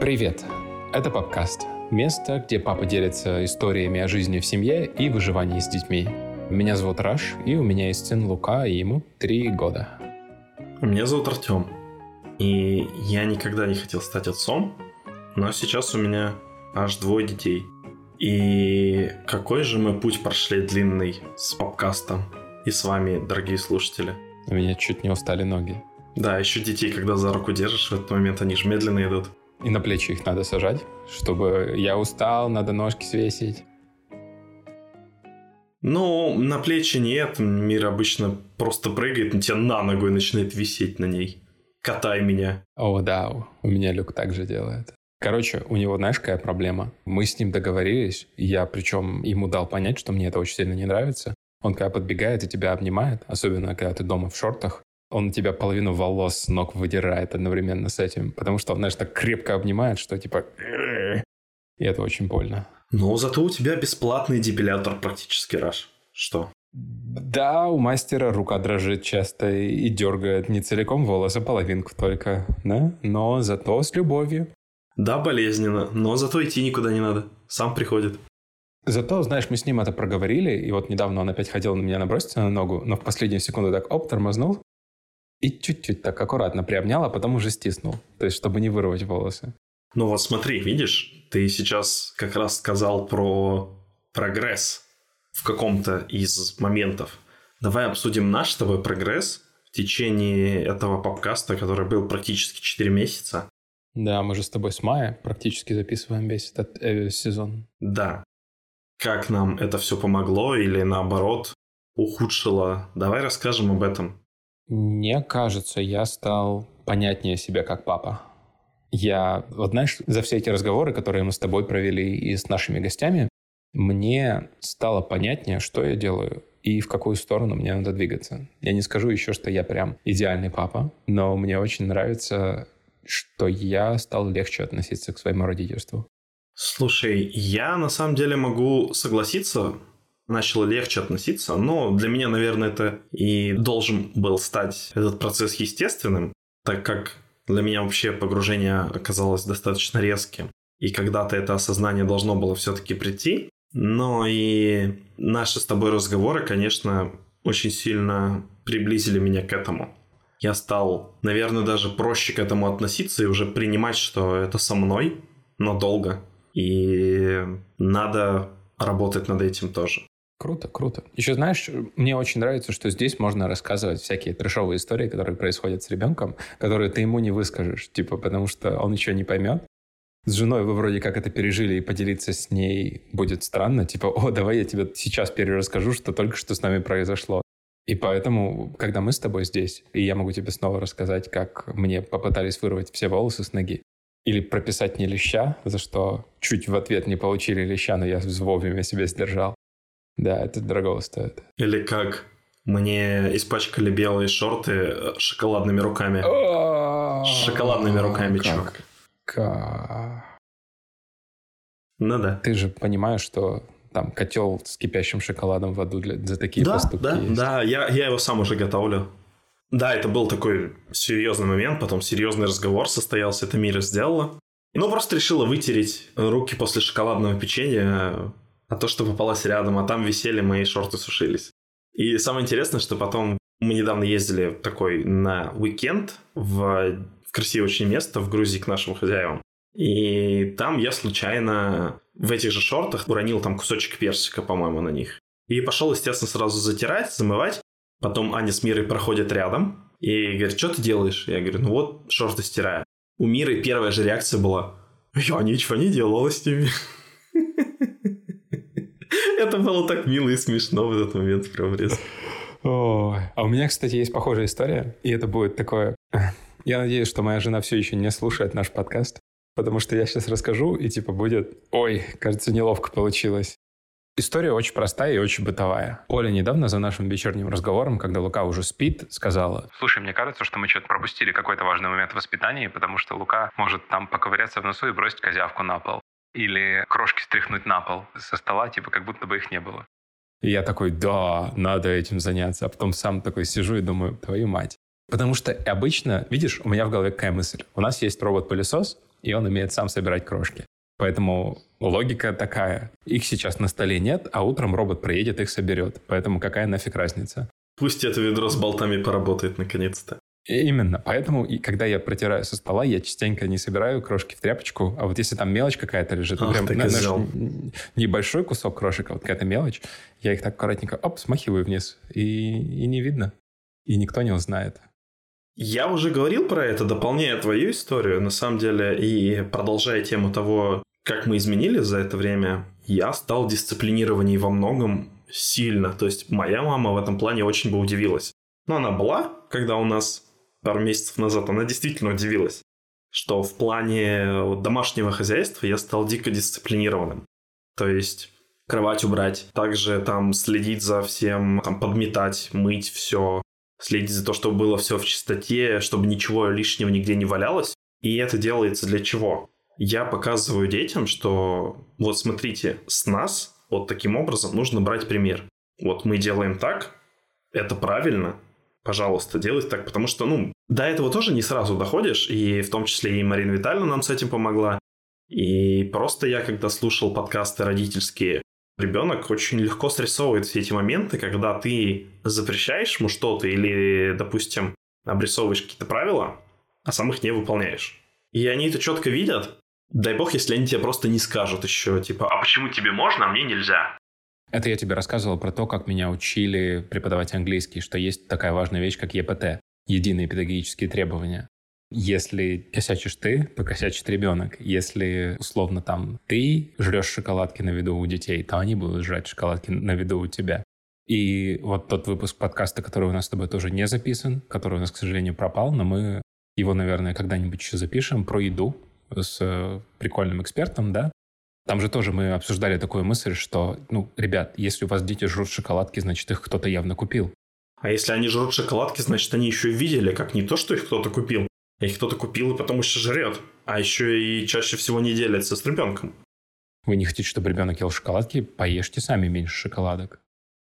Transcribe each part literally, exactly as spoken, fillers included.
Привет! Это Папкаст. Место, где папа делится историями о жизни в семье и выживании с детьми. Меня зовут Раш, и у меня есть сын Лука, и ему три года. Меня зовут Артем, и я никогда не хотел стать отцом, но сейчас у меня аж двое детей. И какой же мы путь прошли длинный с Папкастом и с вами, дорогие слушатели. У меня чуть не устали ноги. Да, еще детей, когда за руку держишь, в этот момент они же медленно идут. И на плечи их надо сажать, чтобы я устал, надо ножки свесить. Ну, на плечи нет, Мир обычно просто прыгает на тебя на ногу и начинает висеть на ней. Катай меня. О, да, у меня Люк так же делает. Короче, у него, знаешь, какая проблема? Мы с ним договорились, я причем ему дал понять, что мне это очень сильно не нравится. Он когда подбегает и тебя обнимает, особенно когда ты дома в шортах, он у тебя половину волос с ног выдирает одновременно с этим, потому что он, знаешь, так крепко обнимает, что типа... И это очень больно. Но зато у тебя бесплатный депилятор практически, Раш. Что? Да, у мастера рука дрожит часто и дергает не целиком волос, а половинку только, да? Но зато с любовью. Да, болезненно, но зато идти никуда не надо. Сам приходит. Зато, знаешь, мы с ним это проговорили, и вот недавно он опять хотел на меня наброситься на ногу, но в последнюю секунду так оп, тормознул и чуть-чуть так аккуратно приобнял, а потом уже стиснул, то есть чтобы не вырвать волосы. Ну вот смотри, видишь, ты сейчас как раз сказал про прогресс в каком-то из моментов. Давай обсудим наш с тобой прогресс в течение этого подкаста, который был практически четыре месяца. Да, мы же с тобой с мая практически записываем весь этот э, сезон. Да. Как нам это все помогло или наоборот ухудшило? Давай расскажем об этом. Мне кажется, я стал понятнее себя как папа. Я, вот знаешь, за все эти разговоры, которые мы с тобой провели и с нашими гостями, мне стало понятнее, что я делаю и в какую сторону мне надо двигаться. Я не скажу еще, что я прям идеальный папа, но мне очень нравится, что я стал легче относиться к своему родительству. Слушай, я на самом деле могу согласиться, начал легче относиться, но для меня, наверное, это и должен был стать этот процесс естественным, так как для меня вообще погружение оказалось достаточно резким. И когда-то это осознание должно было все-таки прийти. Но и наши с тобой разговоры, конечно, очень сильно приблизили меня к этому. Я стал, наверное, даже проще к этому относиться и уже принимать, что это со мной, но долго. И надо работать над этим тоже. Круто, круто. Еще знаешь, мне очень нравится, что здесь можно рассказывать всякие трэшовые истории, которые происходят с ребенком, которые ты ему не выскажешь, типа, потому что он еще не поймет. С женой вы вроде как это пережили, и поделиться с ней будет странно. Типа, о, давай я тебе сейчас перерасскажу, что только что с нами произошло. И поэтому, когда мы с тобой здесь, и я могу тебе снова рассказать, как мне попытались вырвать все волосы с ноги, или прописать мне леща, за что чуть в ответ не получили леща, но я вовремя себя сдержал. Да, это дорого стоит. Или как мне испачкали белые шорты шоколадными руками. С шоколадными руками, чувак. Как? Ну да. Ты же понимаешь, что там котел с кипящим шоколадом в аду для, за такие да, поступки да, есть. Да, я, я его сам уже готовлю. Да, это был такой серьезный момент, потом серьезный разговор состоялся, это Мира сделала. Ну, просто решила вытереть руки после шоколадного печенья, а то, что попалось рядом, а там висели мои шорты, сушились. И самое интересное, что потом мы недавно ездили такой на уикенд в, в красивое очень место в Грузии к нашим хозяевам. И там я случайно в этих же шортах уронил там кусочек персика, по-моему, на них. И пошел, естественно, сразу затирать, замывать. Потом Аня с Мирой проходят рядом и говорят, что ты делаешь? Я говорю, ну вот, шорты стираю. У Миры первая же реакция была, я ничего не делала с ними. Это было так мило и смешно в этот момент прям резко. Ой. А у меня, кстати, есть похожая история, и это будет такое... Я надеюсь, что моя жена все еще не слушает наш подкаст, потому что я сейчас расскажу, и типа будет... Ой, кажется, неловко получилось. История очень простая и очень бытовая. Оля недавно за нашим вечерним разговором, когда Лука уже спит, сказала: «Слушай, мне кажется, что мы что-то пропустили какой-то важный момент в воспитании, потому что Лука может там поковыряться в носу и бросить козявку на пол. Или крошки стряхнуть на пол со стола, типа как будто бы их не было». И я такой, да, надо этим заняться. А потом сам такой сижу и думаю, твою мать. Потому что обычно, видишь, у меня в голове какая мысль. У нас есть робот-пылесос, и он умеет сам собирать крошки. Поэтому логика такая. Их сейчас на столе нет, а утром робот приедет, их соберет. Поэтому какая нафиг разница? Пусть это ведро с болтами поработает наконец-то. Именно. Поэтому, и когда я протираю со стола, я частенько не собираю крошки в тряпочку. А вот если там мелочь какая-то лежит, Ах, прям ты знаешь, козел. небольшой кусок крошек, а вот какая-то мелочь, я их так аккуратненько, оп, смахиваю вниз. И, и не видно. И никто не узнает. Я уже говорил про это, дополняя твою историю, на самом деле, и продолжая тему того, как мы изменились за это время, я стал дисциплинированней во многом сильно. То есть моя мама в этом плане очень бы удивилась. Но она была, когда у нас пару месяцев назад, она действительно удивилась, что в плане домашнего хозяйства я стал дико дисциплинированным. То есть кровать убрать, также там следить за всем, там подметать, мыть все, следить за то, чтобы было все в чистоте, чтобы ничего лишнего нигде не валялось. И это делается для чего? Я показываю детям, что вот смотрите, с нас вот таким образом нужно брать пример. Вот мы делаем так, это правильно, пожалуйста, делайте так, потому что, ну, до этого тоже не сразу доходишь, и в том числе и Марина Витальевна нам с этим помогла. И просто я, когда слушал подкасты родительские, ребенок очень легко срисовывает все эти моменты, когда ты запрещаешь ему что-то или, допустим, обрисовываешь какие-то правила, а сам их не выполняешь. И они это четко видят. Дай бог, если они тебе просто не скажут еще, типа, а почему тебе можно, а мне нельзя? Это я тебе рассказывал про то, как меня учили преподавать английский, что есть такая важная вещь, как Е П Т, единые педагогические требования. Если косячишь ты, то косячит ребенок. Если, условно, там ты жрешь шоколадки на виду у детей, то они будут жрать шоколадки на виду у тебя. И вот тот выпуск подкаста, который у нас с тобой тоже не записан, который у нас, к сожалению, пропал, но мы его, наверное, когда-нибудь еще запишем, про еду с прикольным экспертом, да? Там же тоже мы обсуждали такую мысль, что, ну, ребят, если у вас дети жрут шоколадки, значит, их кто-то явно купил. А если они жрут шоколадки, значит, они еще видели, как не то, что их кто-то купил, а их кто-то купил и потому что жрет, а еще и чаще всего не делится с ребенком. Вы не хотите, чтобы ребенок ел шоколадки? Поешьте сами меньше шоколадок.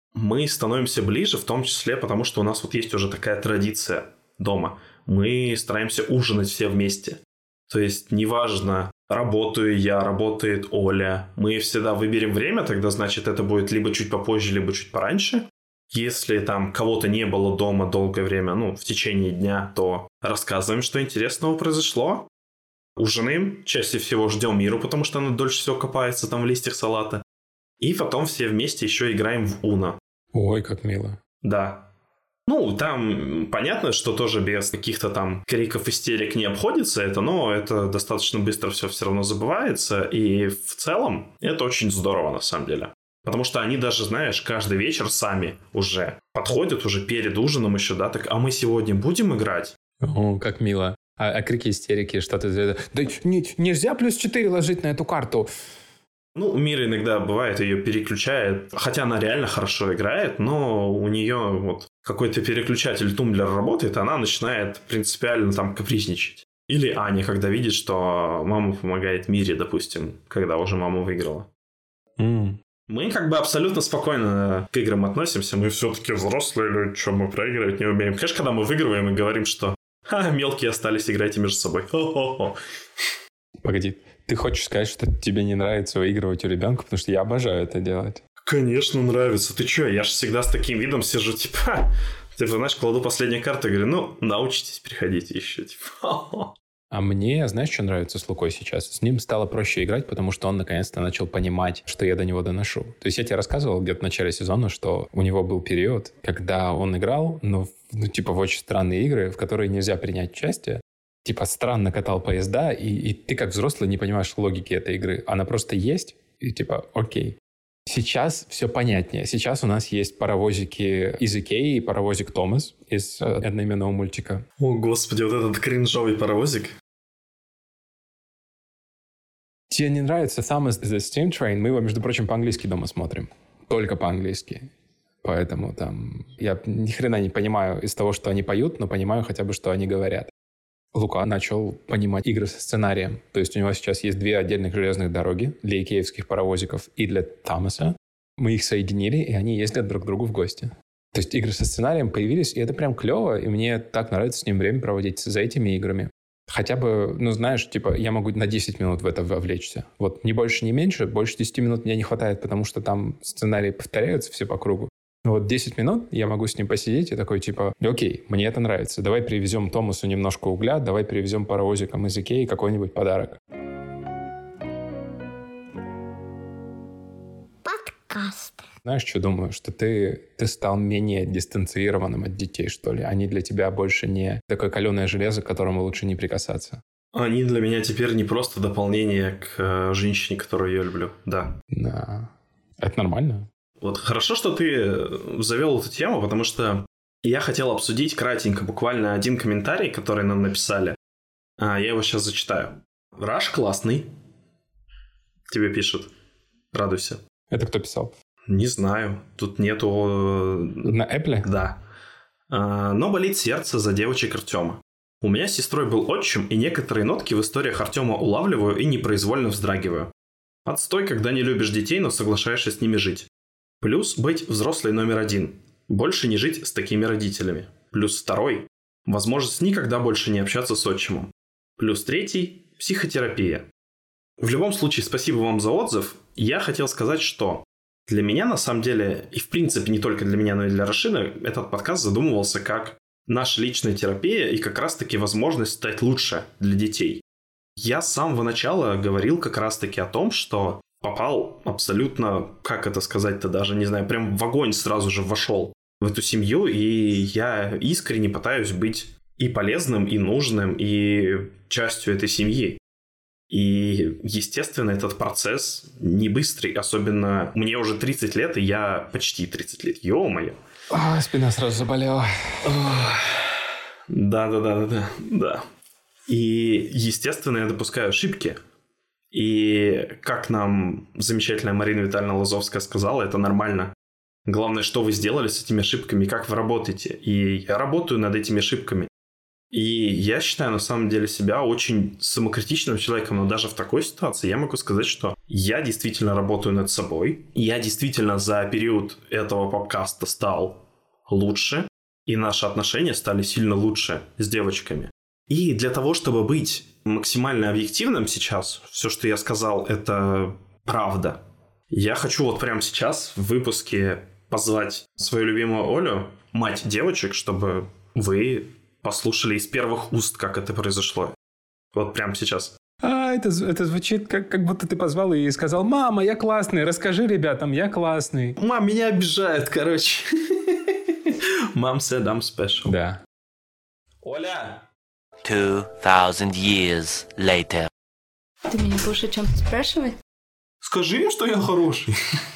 Мы становимся ближе, в том числе, потому что у нас вот есть уже такая традиция дома. Мы стараемся ужинать все вместе. То есть, неважно, работаю я, работает Оля. Мы всегда выберем время, тогда, значит, это будет либо чуть попозже, либо чуть пораньше. Если там кого-то не было дома долгое время, ну, в течение дня, то рассказываем, что интересного произошло. Ужинаем, чаще всего ждем Миру, потому что она дольше всего копается там в листьях салата. И потом все вместе еще играем в Уно. Ой, как мило. Да. Ну, там понятно, что тоже без каких-то там криков, истерик не обходится это, но это достаточно быстро все все равно забывается. И в целом это очень здорово на самом деле. Потому что они даже, знаешь, каждый вечер сами уже подходят, уже перед ужином еще, да, так, а мы сегодня будем играть? О, как мило. А, а крики истерики, что-то... Да не, нельзя плюс четыре ложить на эту карту. Ну, у Миры иногда бывает, ее переключает. Хотя она реально хорошо играет, но у нее вот какой-то переключатель тумблер работает, она начинает принципиально там капризничать. Или Аня, когда видит, что мама помогает Мире, допустим, когда уже мама выиграла. Mm. Мы как бы абсолютно спокойно к играм относимся. Мы все-таки взрослые люди, что мы проигрывать не умеем. Конечно, когда мы выигрываем и говорим, что «Ха, мелкие остались, играйте между собой». Хо-хо-хо. Погоди, ты хочешь сказать, что тебе не нравится выигрывать у ребенка, потому что я обожаю это делать? Конечно, нравится. Ты чё, я же всегда с таким видом сижу, типа, типа, знаешь, кладу последнюю карту и говорю, ну, научитесь, приходите еще, типа. А мне, знаешь, что нравится с Лукой сейчас? С ним стало проще играть, потому что он наконец-то начал понимать, что я до него доношу. То есть я тебе рассказывал где-то в начале сезона, что у него был период, когда он играл, ну, ну типа, в очень странные игры, в которые нельзя принять участие. Типа, странно катал поезда, и, и ты как взрослый не понимаешь логики этой игры. Она просто есть, и типа, окей. Сейчас все понятнее. Сейчас у нас есть паровозики из Икеи и паровозик Томас из одноименного мультика. О, господи, вот этот кринжовый паровозик. Тебе не нравится Thomas the Steam Train? Мы его, между прочим, по-английски дома смотрим. Только по-английски. Поэтому там... Я ни хрена не понимаю из того, что они поют, но понимаю хотя бы, что они говорят. Лука начал понимать игры со сценарием. То есть у него сейчас есть две отдельных железных дороги для икеевских паровозиков и для Томаса. Мы их соединили, и они ездят друг к другу в гости. То есть игры со сценарием появились, и это прям клево, и мне так нравится с ним время проводить за этими играми. Хотя бы, ну, знаешь, типа, я могу на десять минут в это вовлечься. Вот ни больше, ни меньше. Больше десяти минут мне не хватает, потому что там сценарии повторяются все по кругу. Но вот десять минут я могу с ним посидеть и такой, типа, окей, мне это нравится. Давай привезем Томасу немножко угля, давай привезем паровозиком из Икеи какой-нибудь подарок. Подкаст. Знаешь, что думаю? Что ты, ты стал менее дистанцированным от детей, что ли. Они для тебя больше не такое каленое железо, к которому лучше не прикасаться. Они для меня теперь не просто дополнение к э, женщине, которую я люблю, да. Да. Это нормально. Вот хорошо, что ты завел эту тему, потому что я хотел обсудить кратенько буквально один комментарий, который нам написали. А, я его сейчас зачитаю. Раш классный. Тебе пишут. Радуйся. Это кто писал? Не знаю. Тут нету... На Apple? Да. А, но болит сердце за девочек Артема. У меня с сестрой был отчим, и некоторые нотки в историях Артема улавливаю и непроизвольно вздрагиваю. Отстой, когда не любишь детей, но соглашаешься с ними жить. Плюс быть взрослой номер один. Больше не жить с такими родителями. Плюс второй. Возможность никогда больше не общаться с отчимом. Плюс третий. Психотерапия. В любом случае, спасибо вам за отзыв. Я хотел сказать, что для меня, на самом деле, и в принципе не только для меня, но и для Рашида, этот подкаст задумывался как наша личная терапия и как раз-таки возможность стать лучше для детей. Я с самого начала говорил как раз-таки о том, что попал абсолютно, как это сказать-то даже, не знаю, прям в огонь сразу же вошел в эту семью, и я искренне пытаюсь быть и полезным, и нужным, и частью этой семьи. И, естественно, этот процесс не быстрый, особенно мне уже тридцать лет, и я почти тридцать лет, ё-моё. А, спина сразу заболела. Да-да-да-да-да, да. И, естественно, я допускаю ошибки. И, как нам замечательная Марина Витальевна Лозовская сказала, это нормально. Главное, что вы сделали с этими ошибками, как вы работаете. И я работаю над этими ошибками. И я считаю, на самом деле, себя очень самокритичным человеком, но даже в такой ситуации я могу сказать, что я действительно работаю над собой. Я действительно за период этого подкаста стал лучше, и наши отношения стали сильно лучше с девочками. И для того, чтобы быть максимально объективным сейчас, все, что я сказал, это правда. Я хочу вот прямо сейчас в выпуске позвать свою любимую Олю, мать девочек, чтобы вы послушали из первых уст, как это произошло. Вот прямо сейчас. А, это, это звучит, как, как будто ты позвал и сказал: «Мама, я классный, расскажи ребятам, я классный». Мам, меня обижают, короче. Mom said I'm special. Да. Оля! Two thousand years later. Ты меня будешь о чем-то спрашивать? Скажи им, что я хороший.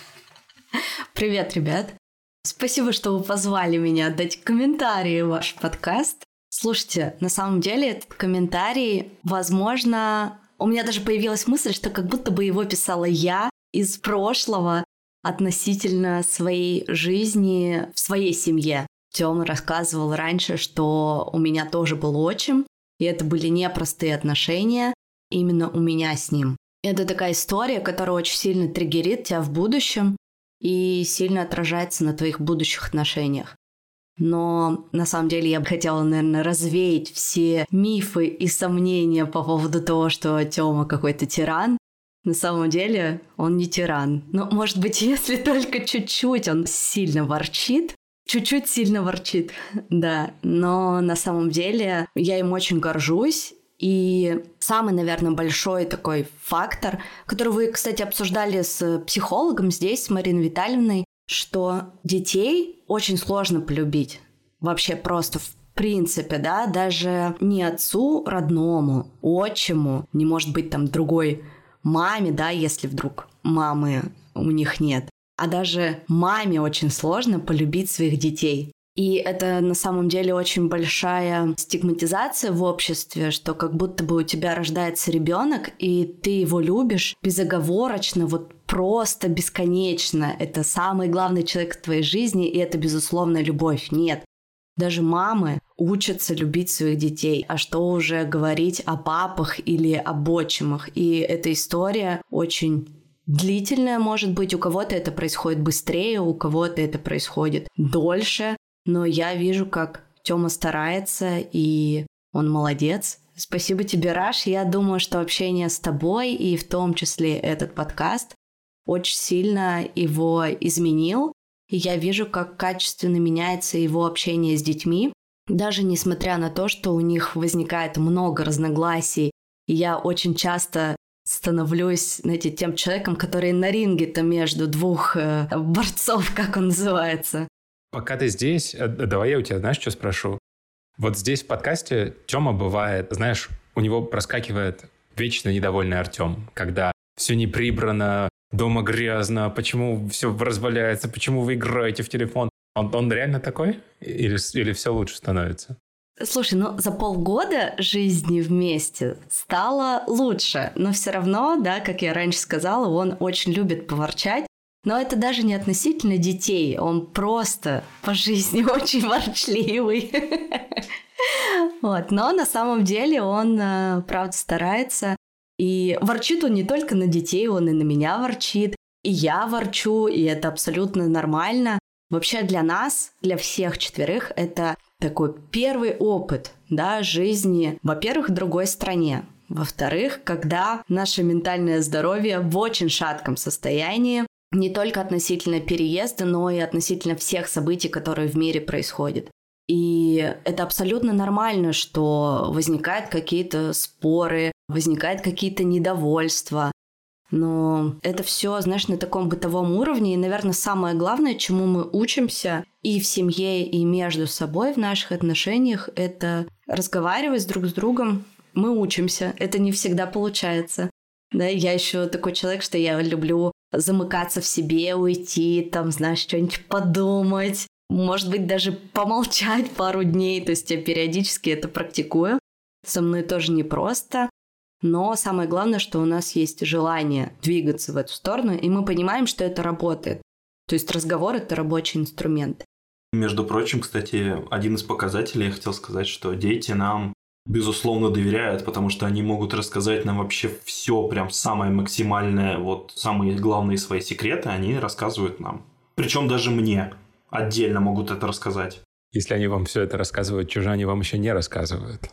Привет, ребят. Спасибо, что вы позвали меня дать комментарии в ваш подкаст. Слушайте, на самом деле этот комментарий, возможно, у меня даже появилась мысль, что как будто бы его писала я из прошлого относительно своей жизни в своей семье. Тёма рассказывал раньше, что у меня тоже был отчим, и это были непростые отношения именно у меня с ним. Это такая история, которая очень сильно триггерит тебя в будущем и сильно отражается на твоих будущих отношениях. Но на самом деле я бы хотела, наверное, развеять все мифы и сомнения по поводу того, что Тёма какой-то тиран. На самом деле он не тиран. Ну, может быть, если только чуть-чуть он сильно ворчит, чуть-чуть сильно ворчит, да. Но на самом деле я им очень горжусь. И самый, наверное, большой такой фактор, который вы, кстати, обсуждали с психологом здесь, с Мариной Витальевной, что детей очень сложно полюбить. Вообще просто в принципе, да, даже не отцу родному, отчиму, не может быть там другой маме, да, если вдруг мамы у них нет. А даже маме очень сложно полюбить своих детей. И это на самом деле очень большая стигматизация в обществе, что как будто бы у тебя рождается ребенок, и ты его любишь безоговорочно, вот просто бесконечно. Это самый главный человек в твоей жизни, и это безусловная любовь. Нет. Даже мамы учатся любить своих детей. А что уже говорить о папах или об отчимах? И эта история очень длительная, может быть. У кого-то это происходит быстрее, у кого-то это происходит дольше. Но я вижу, как Тёма старается, и Он молодец. Спасибо тебе, Раш. Я думаю, что общение с тобой, и в том числе этот подкаст, очень сильно его изменил. И я вижу, как качественно меняется его общение с детьми. Даже несмотря на то, что у них возникает много разногласий, и я очень часто становлюсь, знаете, тем человеком, который на ринге-то между двух э, борцов, как он называется. Пока ты здесь, давай я у тебя, знаешь, что спрошу? Вот здесь в подкасте Тёма бывает, знаешь, у него проскакивает вечно недовольный Артём, когда все не прибрано, дома грязно, почему все разваляется, почему вы играете в телефон. Он, он реально такой? Или, или все лучше становится? Слушай, ну за полгода жизни вместе стало лучше, но все равно, да, как я раньше сказала, он очень любит поворчать. Но это даже не относительно детей, он просто по жизни очень ворчливый. Вот. Но на самом деле он, правда, старается. И ворчит он не только на детей, он и на меня ворчит, и я ворчу, и это абсолютно нормально. Вообще для нас, для всех четверых, это такой первый опыт, да, жизни, во-первых, в другой стране. Во-вторых, когда наше ментальное здоровье в очень шатком состоянии, не только относительно переезда, но и относительно всех событий, которые в мире происходят. И это абсолютно нормально, что возникают какие-то споры, возникают какие-то недовольства. Но это все, знаешь, на таком бытовом уровне. И, наверное, самое главное, чему мы учимся и в семье, и между собой в наших отношениях, это разговаривать друг с другом. Мы учимся, это не всегда получается. Да, я еще такой человек, что я люблю замыкаться в себе, уйти, там, знаешь, что-нибудь подумать, может быть, даже помолчать пару дней. То есть я периодически это практикую. Со мной тоже непросто. Но самое главное, что у нас есть желание двигаться в эту сторону, и мы понимаем, что это работает. То есть разговор – это рабочий инструмент. Между прочим, кстати, один из показателей, я хотел сказать, что дети нам, безусловно, доверяют, потому что они могут рассказать нам вообще все, прям самое максимальное, вот самые главные свои секреты они рассказывают нам. Причем даже мне отдельно могут это рассказать. Если они вам все это рассказывают, чужие они вам еще не рассказывают.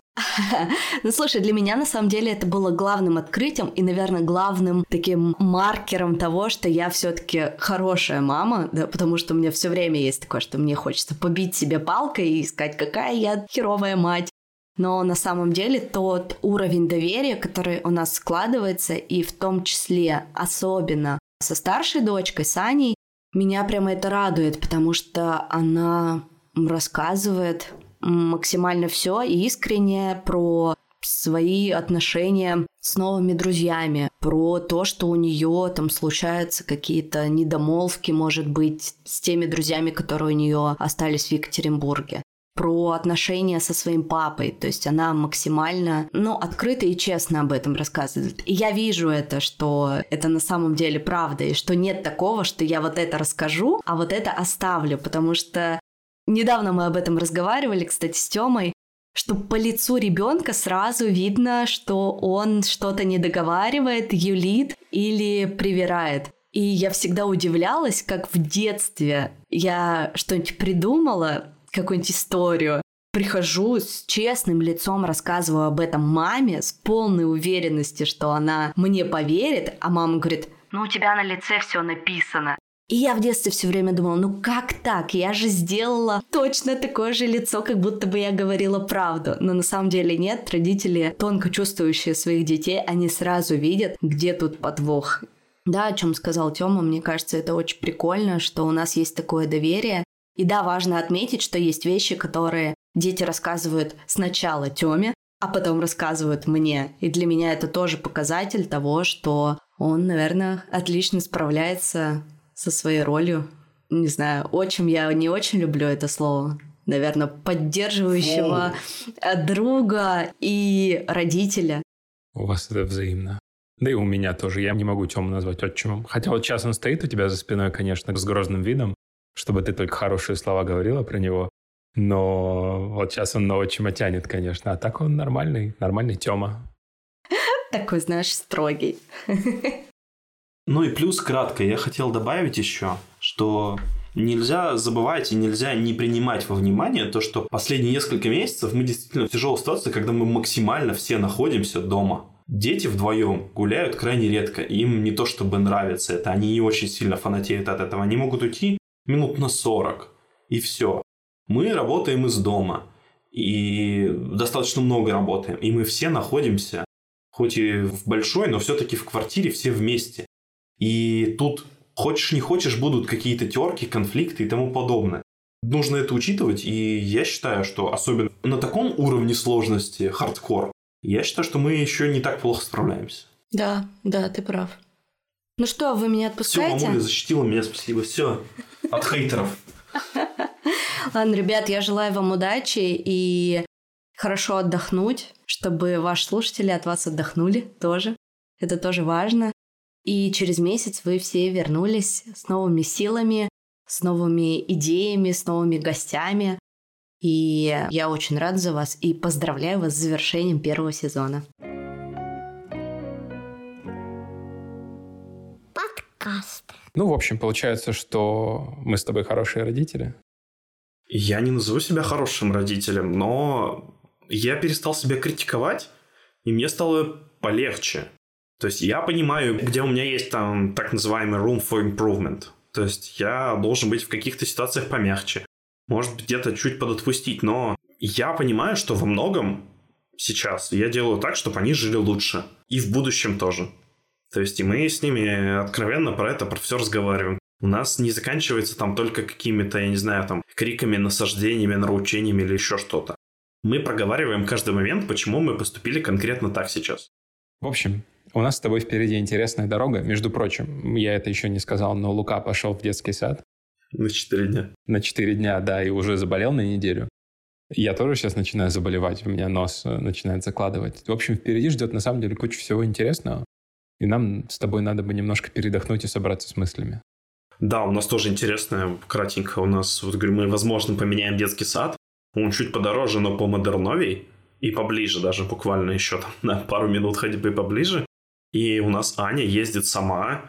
Ну, слушай, для меня, на самом деле, это было главным открытием и, наверное, главным таким маркером того, что я все-таки хорошая мама, да, потому что у меня все время есть такое, что мне хочется побить себе палкой и сказать, какая я херовая мать. Но на самом деле тот уровень доверия, который у нас складывается, и в том числе особенно со старшей дочкой, с Аней, меня прямо это радует, потому что она рассказывает максимально все и искренне про свои отношения с новыми друзьями, про то, что у нее там случаются какие-то недомолвки, может быть, с теми друзьями, которые у нее остались в Екатеринбурге, про отношения со своим папой. То есть она максимально, ну, открыто и честно об этом рассказывает. И я вижу это, что это на самом деле правда, и что нет такого, что я вот это расскажу, а вот это оставлю, потому что недавно мы об этом разговаривали, кстати, с Тёмой, что по лицу ребенка сразу видно, что он что-то не договаривает, юлит или привирает. И я всегда удивлялась, как в детстве я что-нибудь придумала, какую-нибудь историю, прихожу с честным лицом, рассказываю об этом маме с полной уверенностью, что она мне поверит, а мама говорит, ну у тебя на лице все написано. И я в детстве все время думала, ну как так? Я же сделала точно такое же лицо, как будто бы я говорила правду. Но на самом деле нет. Родители, тонко чувствующие своих детей, они сразу видят, где тут подвох. Да, о чем сказал Тёма, мне кажется, это очень прикольно, что у нас есть такое доверие. И да, важно отметить, что есть вещи, которые дети рассказывают сначала Тёме, а потом рассказывают мне. И для меня это тоже показатель того, что он, наверное, отлично справляется со своей ролью. Не знаю, отчим я не очень люблю это слово. Наверное, поддерживающего Фу. друга и родителя. У вас это взаимно. Да и у меня тоже. Я не могу Тёму назвать отчимом. Хотя вот сейчас он стоит у тебя за спиной, конечно, с грозным видом, чтобы ты только хорошие слова говорила про него. Но вот сейчас он на отчима тянет, конечно. А так он нормальный, нормальный Тёма. Такой, знаешь, строгий. Ну и плюс, кратко, я хотел добавить еще, что Нельзя забывать и нельзя не принимать во внимание то, что последние несколько месяцев мы действительно в тяжелой ситуации, когда мы максимально все находимся дома. Дети вдвоем гуляют крайне редко, им не то чтобы нравится это, они не очень сильно фанатеют от этого, они могут уйти минут на сорок, и все. Мы работаем из дома, и достаточно много работаем, и мы все находимся, хоть и в большой, но все-таки в квартире все вместе. И тут, хочешь не хочешь, будут какие-то терки, конфликты и тому подобное. Нужно это учитывать, и я считаю, что особенно на таком уровне сложности, хардкор, я считаю, что мы еще не так плохо справляемся. Да, да, ты прав. Ну что, вы меня отпускаете? Все, мамуля защитила меня, спасибо. Все, от хейтеров. Ладно, ребят, я желаю вам удачи и хорошо отдохнуть, чтобы ваши слушатели от вас отдохнули тоже. Это тоже важно. И через месяц вы все вернулись с новыми силами, с новыми идеями, с новыми гостями. И я очень рада за вас и поздравляю вас с завершением первого сезона. Подкаст. Ну, в общем, получается, что мы с тобой хорошие родители. Я не назову себя хорошим родителем, но я перестал себя критиковать, и мне стало полегче. То есть я понимаю, где у меня есть там так называемый room for improvement. То есть я должен быть в каких-то ситуациях помягче. Может быть, где-то чуть подотпустить, но я понимаю, что во многом сейчас я делаю так, чтобы они жили лучше. И в будущем тоже. То есть и мы с ними откровенно про это, про все разговариваем. У нас не заканчивается там только какими-то, я не знаю, там криками, насаждениями, нравоучениями или еще что-то. Мы проговариваем каждый момент, почему мы поступили конкретно так сейчас. В общем, у нас с тобой впереди интересная дорога. Между прочим, я это еще не сказал, но Лука пошел в детский сад. На четыре дня. На четыре дня, да, и уже заболел на неделю. Я тоже сейчас начинаю заболевать, у меня нос начинает закладывать. В общем, впереди ждет на самом деле куча всего интересного. И нам с тобой надо бы немножко передохнуть и собраться с мыслями. Да, у нас тоже интересно, кратенько. У нас, вот говорю, мы, возможно, поменяем детский сад. Он чуть подороже, но помодерновей. И поближе даже, буквально еще там на пару минут ходьбы поближе. И у нас Аня ездит сама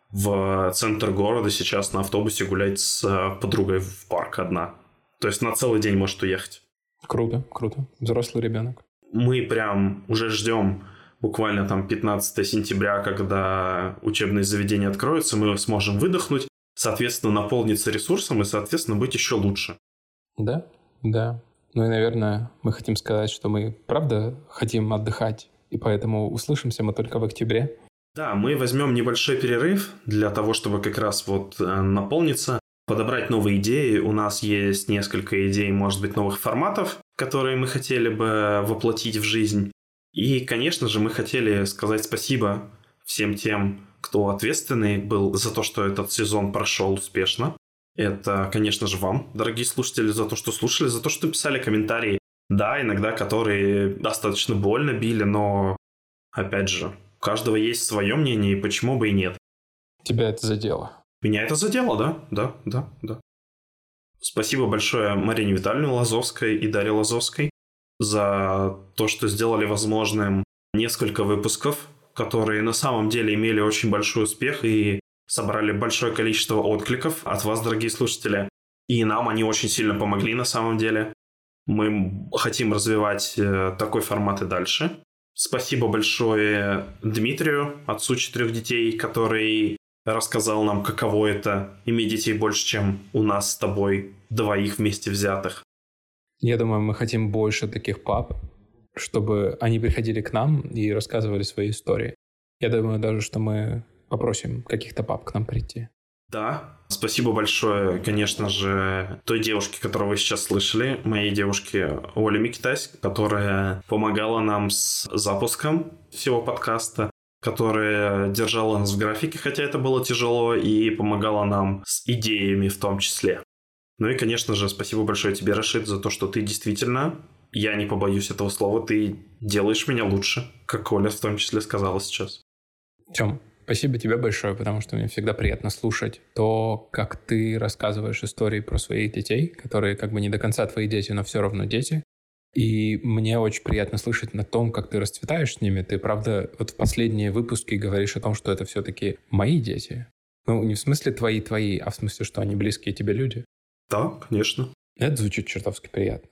в центр города сейчас на автобусе гулять с подругой в парк одна. То есть на целый день может уехать. Круто, круто. Взрослый ребенок. Мы прям уже ждем буквально там пятнадцатого сентября, когда учебные заведения откроются, мы сможем выдохнуть, соответственно, наполниться ресурсом и, соответственно, быть еще лучше. Да, да. Ну и, наверное, мы хотим сказать, что мы правда хотим отдыхать, и поэтому услышимся мы только в октябре. Да, мы возьмем небольшой перерыв для того, чтобы как раз вот наполниться, подобрать новые идеи. У нас есть несколько идей, может быть, новых форматов, которые мы хотели бы воплотить в жизнь. И, конечно же, мы хотели сказать спасибо всем тем, кто ответственный был за то, что этот сезон прошел успешно. Это, конечно же, вам, дорогие слушатели, за то, что слушали, за то, что писали комментарии. Да, иногда которые достаточно больно били, но, опять же, у каждого есть свое мнение, и почему бы и нет. Тебя это задело? Меня это задело, да, да, да, да. Спасибо большое Марине Витальевне Лазовской и Дарье Лазовской за то, что сделали возможным несколько выпусков, которые на самом деле имели очень большой успех и собрали большое количество откликов от вас, дорогие слушатели. И нам они очень сильно помогли на самом деле. Мы хотим развивать такой формат и дальше. Спасибо большое Дмитрию, отцу четырех детей, который рассказал нам, каково это иметь детей больше, чем у нас с тобой двоих вместе взятых. Я думаю, мы хотим больше таких пап, чтобы они приходили к нам и рассказывали свои истории. Я думаю даже, что мы попросим каких-то пап к нам прийти. Да, спасибо большое, конечно же, той девушке, которую вы сейчас слышали, моей девушке Оле Микитась, которая помогала нам с запуском всего подкаста, которая держала нас в графике, хотя это было тяжело, и помогала нам с идеями в том числе. Ну и, конечно же, спасибо большое тебе, Рашид, за то, что ты действительно, я не побоюсь этого слова, ты делаешь меня лучше, как Оля в том числе сказала сейчас. Тём, спасибо тебе большое, потому что мне всегда приятно слушать то, как ты рассказываешь истории про своих детей, которые как бы не до конца твои дети, но все равно дети. И мне очень приятно слышать на том, как ты расцветаешь с ними. Ты, правда, вот в последние выпуски говоришь о том, что это все-таки мои дети. Ну, не в смысле твои-твои, а в смысле, что они близкие тебе люди. Да, конечно. Это звучит чертовски приятно.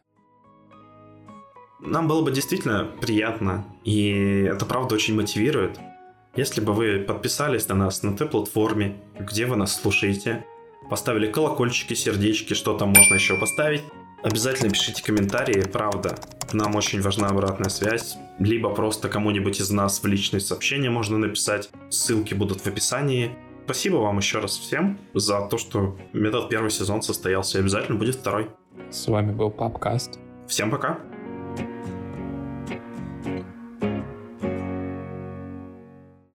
Нам было бы действительно приятно, и это правда очень мотивирует, если бы вы подписались на нас на той платформе, где вы нас слушаете, поставили колокольчики, сердечки, что там можно еще поставить. Обязательно пишите комментарии, правда. Нам очень важна обратная связь. Либо просто кому-нибудь из нас в личные сообщения можно написать. Ссылки будут в описании. Спасибо вам еще раз всем за то, что этот первый сезон состоялся. Обязательно будет второй. С вами был Папкаст. Всем пока.